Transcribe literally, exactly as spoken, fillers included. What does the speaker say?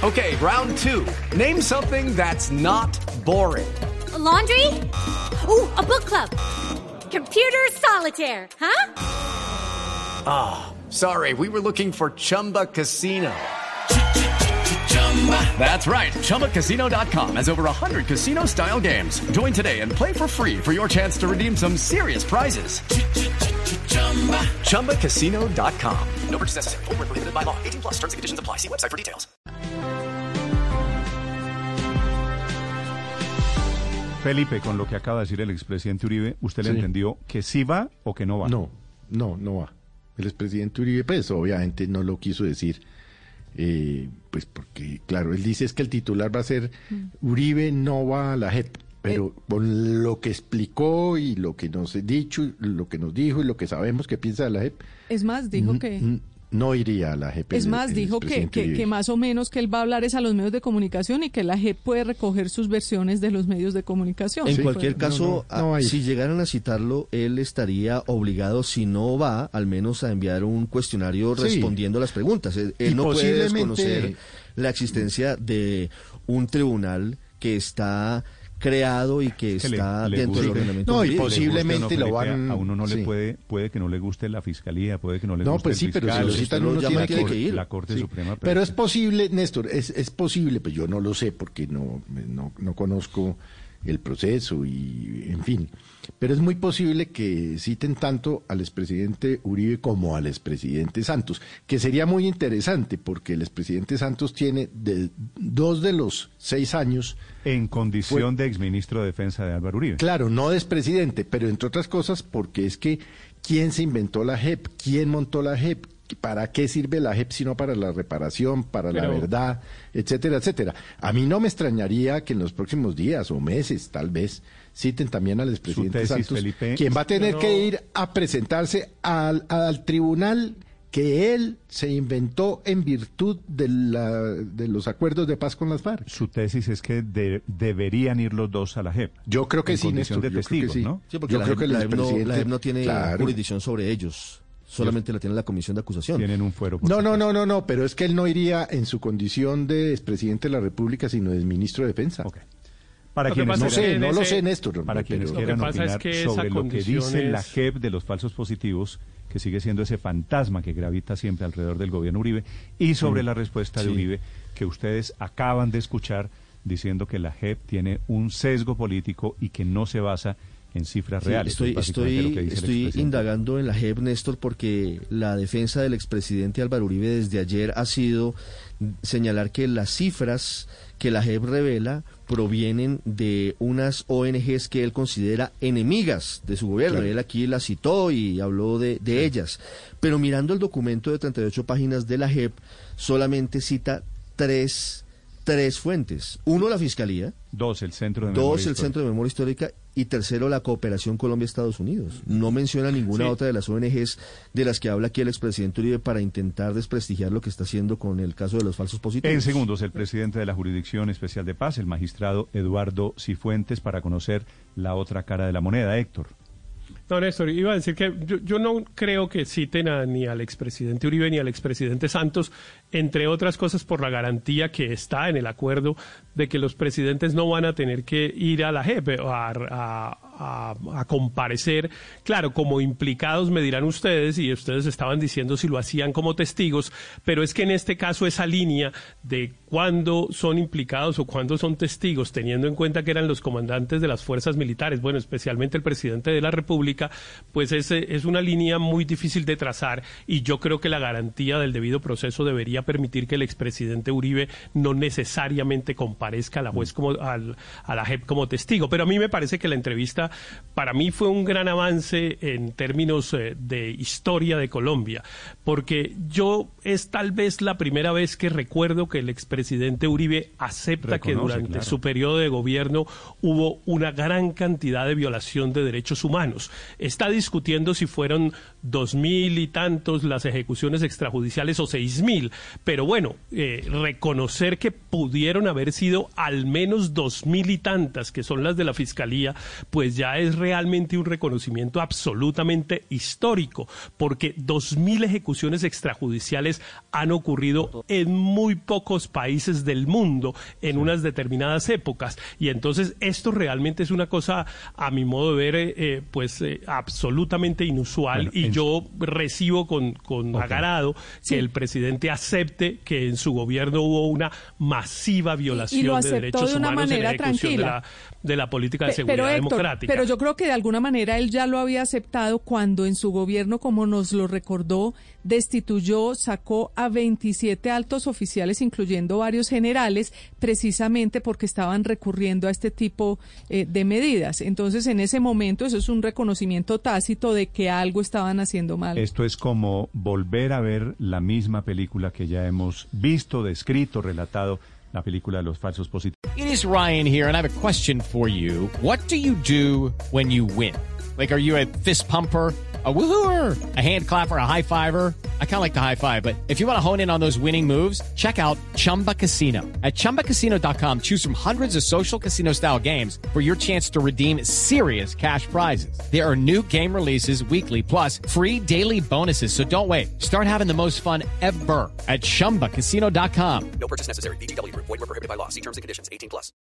Okay, round two. Name something that's not boring. A laundry? Ooh, a book club. Computer solitaire, huh? Ah, oh, sorry, we were looking for Chumba Casino. That's right, Chumba Casino dot com has over one hundred casino-style games. Join today and play for free for your chance to redeem some serious prizes. Chumba Casino dot com. No purchase necessary. Void where prohibited by law. eighteen plus terms and conditions apply. See website for details. Felipe, con lo que acaba de decir el expresidente Uribe, ¿usted le Sí. entendió que sí va o que no va? No, no, no va. El expresidente Uribe, pues obviamente no lo quiso decir, eh, pues porque, claro, él dice es que el titular va a ser Uribe no va a la J E P, pero Eh. con lo que explicó y lo que nos ha dicho, y lo que nos dijo y lo que sabemos que piensa de la J E P, Es más, dijo n- que... n- no iría a la J E P. Es el- más, el dijo que, expresidente que, Uribe. que más o menos que él va a hablar es a los medios de comunicación y que la J E P puede recoger sus versiones de los medios de comunicación. En Sí, cualquier pues, caso, no, no, no a- hay. si llegaran a citarlo, él estaría obligado, si no va, al menos a enviar un cuestionario Sí. respondiendo a las preguntas. Él, él Y no puede posiblemente- desconocer la existencia de un tribunal que está creado y que Que le- está le dentro del guste. ordenamiento No, y jurídico. posi- posiblemente Le guste o no, lo Felipe, van- A uno no sí. le puede, puede que no le guste la fiscalía, puede que no le No, guste pues el sí, pero si fiscal, lo si citan usted uno lo tiene llama, que tiene que ir. la Corte Sí. Suprema. Pero es posible, Néstor, es, es posible, pues yo no lo sé porque no, no, no conozco el proceso y, en fin, pero es muy posible que citen tanto al expresidente Uribe como al expresidente Santos, que sería muy interesante porque el expresidente Santos tiene de, dos de los seis años, En condición Fue- de exministro de Defensa de Álvaro Uribe. claro, no de expresidente, pero entre otras cosas porque es que ¿quién se inventó la J E P? ¿Quién montó la J E P? ¿Para qué sirve la J E P sino para la reparación, para la Pero- verdad, etcétera, etcétera? A mí no me extrañaría que en los próximos días o meses, tal vez, citen también al expresidente tesis, Santos, Felipe. quien va a tener No. que ir a presentarse al, al tribunal que él se inventó en virtud de, la, de los acuerdos de paz con las FARC. Su tesis es que de- deberían ir los dos a la J E P. Yo creo que en sí, condición Néstor, de yo creo que testigos, sí. ¿no? Sí, porque Yo la, creo que el la J E P no, expresidente- la J E P no tiene claro. jurisdicción sobre ellos, solamente la tiene la comisión de acusación. Tienen un fuero. por No, no, supuesto. no, no, no, pero es que él no iría en su condición de expresidente de la República, sino de ministro de Defensa. Ok. Para Lo que quienes pasa No es quieran- que sé, en no lo ese- sé, Néstor. Para quienes pero- Lo que quieran pasa es opinar que esa sobre lo que dice condición la es- J E P de los falsos positivos, que sigue siendo ese fantasma que gravita siempre alrededor del gobierno Uribe, y sobre la respuesta de Sí. Uribe, que ustedes acaban de escuchar, diciendo que la J E P tiene un sesgo político y que no se basa en cifras Sí, reales. estoy Es básicamente estoy, lo que dice el estoy expresidente. indagando en la J E P, Néstor, porque la defensa del expresidente Álvaro Uribe desde ayer ha sido señalar que las cifras que la J E P revela provienen de unas O N Ges que él considera enemigas de su gobierno. Claro. Él aquí las citó y habló de, de ellas. Pero mirando el documento de treinta y ocho páginas de la J E P, solamente cita tres, tres fuentes. Uno, la Fiscalía. Dos, el Centro de Memoria Dos, el Histórica. Centro de Memoria Histórica, y tercero, la cooperación Colombia-Estados Unidos. No menciona ninguna Sí. otra de las O N Ges de las que habla aquí el expresidente Uribe para intentar desprestigiar lo que está haciendo con el caso de los falsos positivos. En segundos, el presidente de la Jurisdicción Especial de Paz, el magistrado Eduardo Cifuentes, para conocer la otra cara de la moneda. Héctor. No, Néstor, iba a decir que yo, yo no creo que citen a, ni al expresidente Uribe ni al expresidente Santos, entre otras cosas por la garantía que está en el acuerdo de que los presidentes no van a tener que ir a la J E P a, a, a, a comparecer. Claro, como implicados me dirán ustedes, y ustedes estaban diciendo si lo hacían como testigos, pero es que en este caso esa línea de cuándo son implicados o cuándo son testigos, teniendo en cuenta que eran los comandantes de las fuerzas militares, bueno, especialmente el presidente de la República, pues es, es una línea muy difícil de trazar, y yo creo que la garantía del debido proceso debería permitir que el expresidente Uribe no necesariamente comparezca a la juez como al, a la J E P como testigo. Pero a mí me parece que la entrevista para mí fue un gran avance en términos eh, de historia de Colombia, porque yo es tal vez la primera vez que recuerdo que el expresidente Uribe acepta que Reconoce, durante claro. su periodo de gobierno hubo una gran cantidad de violación de derechos humanos. Está discutiendo si fueron dos mil y tantos las ejecuciones extrajudiciales o seis mil, pero bueno, eh, reconocer que pudieron haber sido al menos dos mil y tantas, que son las de la Fiscalía, pues ya es realmente un reconocimiento absolutamente histórico, porque dos mil ejecuciones extrajudiciales han ocurrido en muy pocos países del mundo en sí. unas determinadas épocas, y entonces esto realmente es una cosa, a mi modo de ver, eh, eh, pues eh, absolutamente inusual, bueno, y en... yo recibo con, con okay. agrado que sí. el presidente acepte que en su gobierno hubo una masiva violación y, y lo de derechos de una humanos manera en la ejecución de la, de la política de seguridad pero, Héctor, democrática. Pero yo creo que de alguna manera él ya lo había aceptado cuando en su gobierno, como nos lo recordó, destituyó, sacó a veintisiete altos oficiales, incluyendo varios generales, precisamente porque estaban recurriendo a este tipo eh, de medidas. Entonces, en ese momento, eso es un reconocimiento tácito de que algo estaban haciendo mal. Esto es como volver a ver la misma película que ya hemos visto, descrito, relatado, la película de los falsos positivos. It is Ryan here, and I have a question for you. What do you do when you win? Like, are you a fist pumper, a woohooer, a hand clapper, a high fiver? I kind of like the high five, but if you want to hone in on those winning moves, check out Chumba Casino. At chumba casino dot com, choose from hundreds of social casino style games for your chance to redeem serious cash prizes. There are new game releases weekly, plus free daily bonuses. So don't wait. Start having the most fun ever at chumba casino dot com. No purchase necessary. V G W Group. Void where prohibited by law. See terms and conditions. eighteen plus.